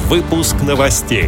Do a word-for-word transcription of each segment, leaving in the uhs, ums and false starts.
Выпуск новостей.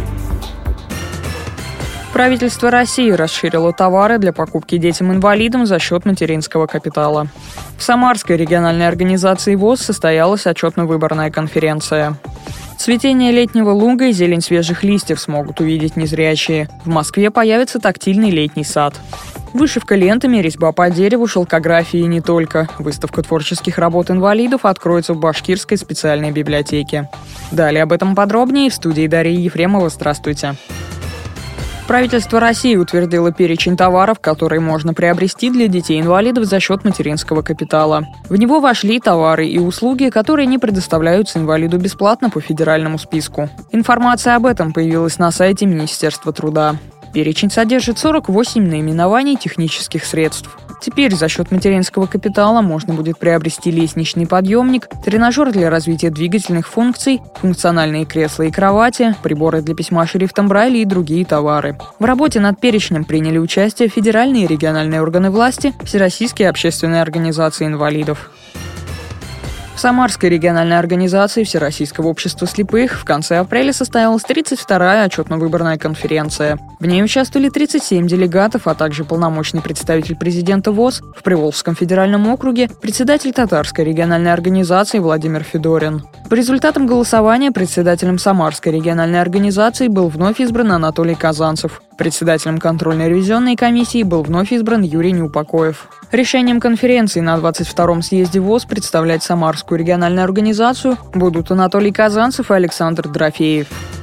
Правительство России расширило товары для покупки детям-инвалидам за счет материнского капитала. В Самарской региональной организации ВОС состоялась отчетно-выборная конференция. Цветение летнего луга и зелень свежих листьев смогут увидеть незрячие. В Москве появится тактильный летний сад. Вышивка лентами, резьба по дереву, шелкография и не только. Выставка творческих работ инвалидов откроется в Башкирской специальной библиотеке. Далее об этом подробнее в студии Дарьи Ефремова. Здравствуйте. Правительство России утвердило перечень товаров, которые можно приобрести для детей-инвалидов за счет материнского капитала. В него вошли товары и услуги, которые не предоставляются инвалиду бесплатно по федеральному списку. Информация об этом появилась на сайте Министерства труда. Перечень содержит сорок восемь наименований технических средств. Теперь за счет материнского капитала можно будет приобрести лестничный подъемник, тренажер для развития двигательных функций, функциональные кресла и кровати, приборы для письма шрифтом Брайля и другие товары. В работе над перечнем приняли участие федеральные и региональные органы власти, всероссийские общественные организации инвалидов. В Самарской региональной организации Всероссийского общества слепых в конце апреля состоялась тридцать вторая отчетно-выборная конференция. В ней участвовали тридцать семь делегатов, а также полномочный представитель президента ВОС в Приволжском федеральном округе, председатель Татарской региональной организации Владимир Федорин. По результатам голосования председателем Самарской региональной организации был вновь избран Анатолий Казанцев. Председателем контрольно-ревизионной комиссии был вновь избран Юрий Неупокоев. Решением конференции на двадцать втором съезде ВОС представлять Самарскую региональную организацию будут Анатолий Казанцев и Александр Дорофеев.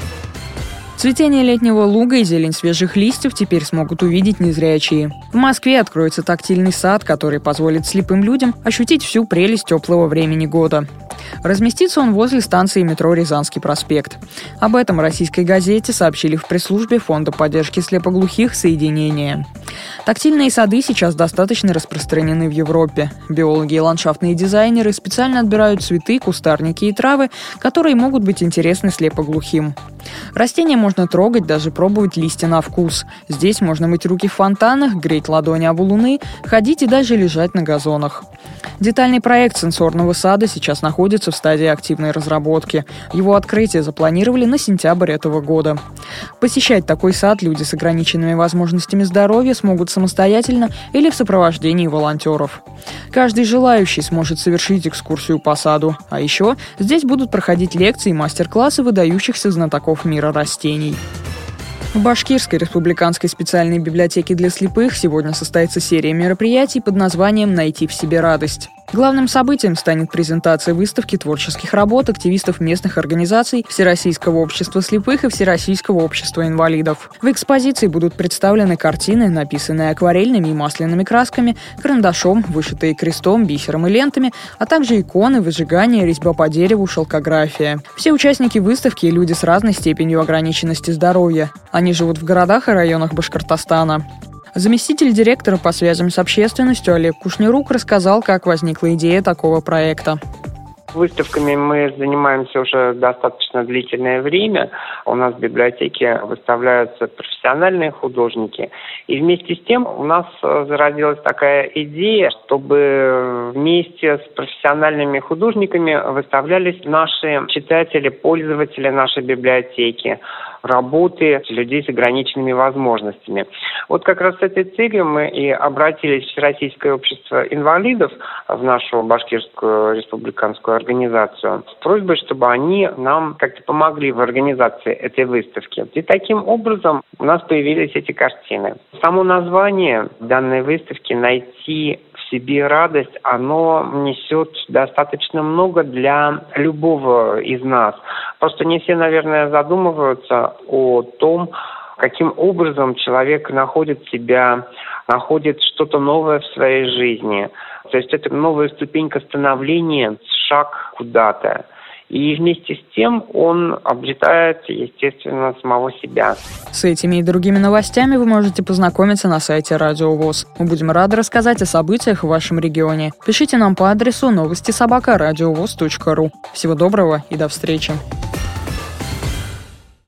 Цветение летнего луга и зелень свежих листьев теперь смогут увидеть незрячие. В Москве откроется тактильный сад, который позволит слепым людям ощутить всю прелесть теплого времени года. Разместится он возле станции метро «Рязанский проспект». Об этом российской газете сообщили в пресс-службе Фонда поддержки слепоглухих «Соединение». Тактильные сады сейчас достаточно распространены в Европе. Биологи и ландшафтные дизайнеры специально отбирают цветы, кустарники и травы, которые могут быть интересны слепоглухим. Растения можно трогать, даже пробовать листья на вкус. Здесь можно мыть руки в фонтанах, греть ладони об валуны, ходить и даже лежать на газонах. Детальный проект сенсорного сада сейчас находится в стадии активной разработки. Его открытие запланировали на сентябрь этого года. Посещать такой сад люди с ограниченными возможностями здоровья смогут самостоятельно или в сопровождении волонтеров. Каждый желающий сможет совершить экскурсию по саду. А еще здесь будут проходить лекции и мастер-классы выдающихся знатоков мира растений. В Башкирской республиканской специальной библиотеке для слепых сегодня состоится серия мероприятий под названием «Найти в себе радость». Главным событием станет презентация выставки творческих работ активистов местных организаций Всероссийского общества слепых и Всероссийского общества инвалидов. В экспозиции будут представлены картины, написанные акварельными и масляными красками, карандашом, вышитые крестом, бисером и лентами, а также иконы, выжигание, резьба по дереву, шелкография. Все участники выставки – люди с разной степенью ограниченности здоровья. Они живут в городах и районах Башкортостана. Заместитель директора по связям с общественностью Олег Кушнерук рассказал, как возникла идея такого проекта. Выставками мы занимаемся уже достаточно длительное время. У нас в библиотеке выставляются профессиональные художники. И вместе с тем у нас зародилась такая идея, чтобы вместе с профессиональными художниками выставлялись наши читатели, пользователи нашей библиотеки, работы людей с ограниченными возможностями. Вот как раз с этой целью мы и обратились в Всероссийское общество инвалидов, в нашу Башкирскую республиканскую организацию, с просьбой, чтобы они нам как-то помогли в организации этой выставки. И таким образом у нас появились эти картины. Само название данной выставки «Найти в себе радость», оно несет достаточно много для любого из нас. Просто не все, наверное, задумываются о том, каким образом человек находит себя, находит что-то новое в своей жизни. То есть это новая ступенька становления, шаг куда-то. И вместе с тем он обретает, естественно, самого себя. С этими и другими новостями вы можете познакомиться на сайте Радио ВОС. Мы будем рады рассказать о событиях в вашем регионе. Пишите нам по адресу новости собака радиовос точка ру. Всего доброго и до встречи.